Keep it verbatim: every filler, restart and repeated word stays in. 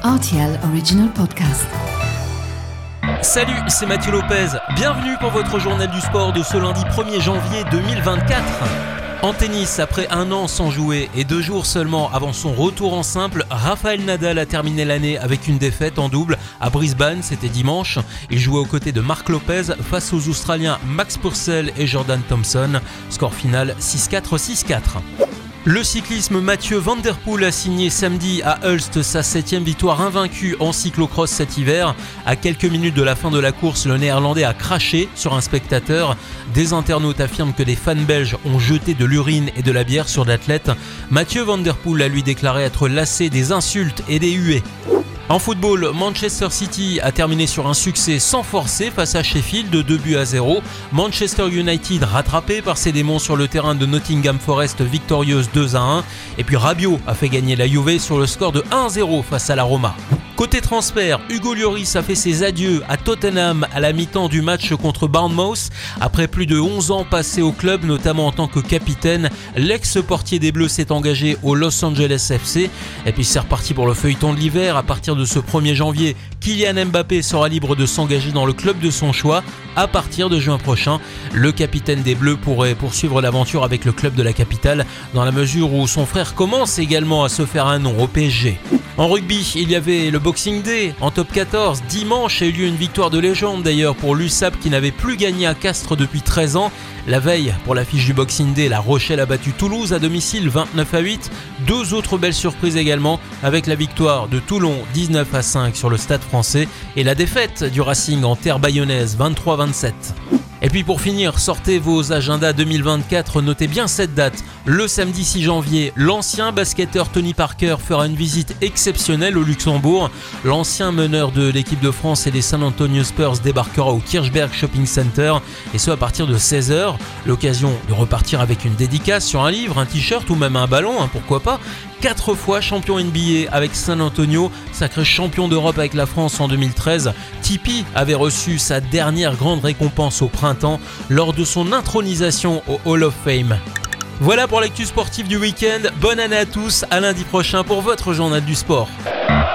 R T L Original Podcast. Salut, c'est Mathieu Lopez. Bienvenue pour votre journal du sport de ce lundi premier janvier deux mille vingt-quatre. En tennis, après un an sans jouer et deux jours seulement avant son retour en simple, Rafael Nadal a terminé l'année avec une défaite en double à Brisbane, c'était dimanche. Il jouait aux côtés de Marc Lopez face aux Australiens Max Purcell et Jordan Thompson. Score final six quatre six quatre. Le cyclisme, Mathieu Van Der Poel a signé samedi à Hulst sa septième victoire invaincue en cyclocross cet hiver. À quelques minutes de la fin de la course, le Néerlandais a craché sur un spectateur. Des internautes affirment que des fans belges ont jeté de l'urine et de la bière sur l'athlète. Mathieu Van Der Poel a lui déclaré être lassé des insultes et des huées. En football, Manchester City a terminé sur un succès sans forcer face à Sheffield de deux buts à zéro. Manchester United rattrapé par ses démons sur le terrain de Nottingham Forest victorieuse deux à un. Et puis Rabiot a fait gagner la Juve sur le score de un à zéro face à la Roma. Côté transfert, Hugo Lloris a fait ses adieux à Tottenham à la mi-temps du match contre Bournemouth. Après plus de onze ans passés au club, notamment en tant que capitaine, l'ex-portier des Bleus s'est engagé au Los Angeles F C. Et puis c'est reparti pour le feuilleton de l'hiver. À partir de ce premier janvier, Kylian Mbappé sera libre de s'engager dans le club de son choix. À partir de juin prochain, le capitaine des Bleus pourrait poursuivre l'aventure avec le club de la capitale, dans la mesure où son frère commence également à se faire un nom au P S G. En rugby, il y avait le Boxing Day en top quatorze. Dimanche a eu lieu une victoire de légende d'ailleurs pour l'U S A P qui n'avait plus gagné à Castres depuis treize ans. La veille, pour l'affiche du Boxing Day, La Rochelle a battu Toulouse à domicile vingt-neuf à huit. Deux autres belles surprises également avec la victoire de Toulon dix-neuf à cinq sur le Stade Français et la défaite du Racing en terre bayonnaise vingt-trois à vingt-sept. Et puis pour finir, sortez vos agendas deux mille vingt-quatre, notez bien cette date. Le samedi six janvier, l'ancien basketteur Tony Parker fera une visite exceptionnelle au Luxembourg. L'ancien meneur de l'équipe de France et des San Antonio Spurs débarquera au Kirchberg Shopping Center, et ce à partir de seize heures. L'occasion de repartir avec une dédicace sur un livre, un t-shirt ou même un ballon, hein, pourquoi pas. Quatre fois champion N B A avec San Antonio, sacré champion d'Europe avec la France en deux mille treize, Tipeee avait reçu sa dernière grande récompense au printemps lors de son intronisation au Hall of Fame. Voilà pour l'actu sportive du week-end. Bonne année à tous, à lundi prochain pour votre journal du sport.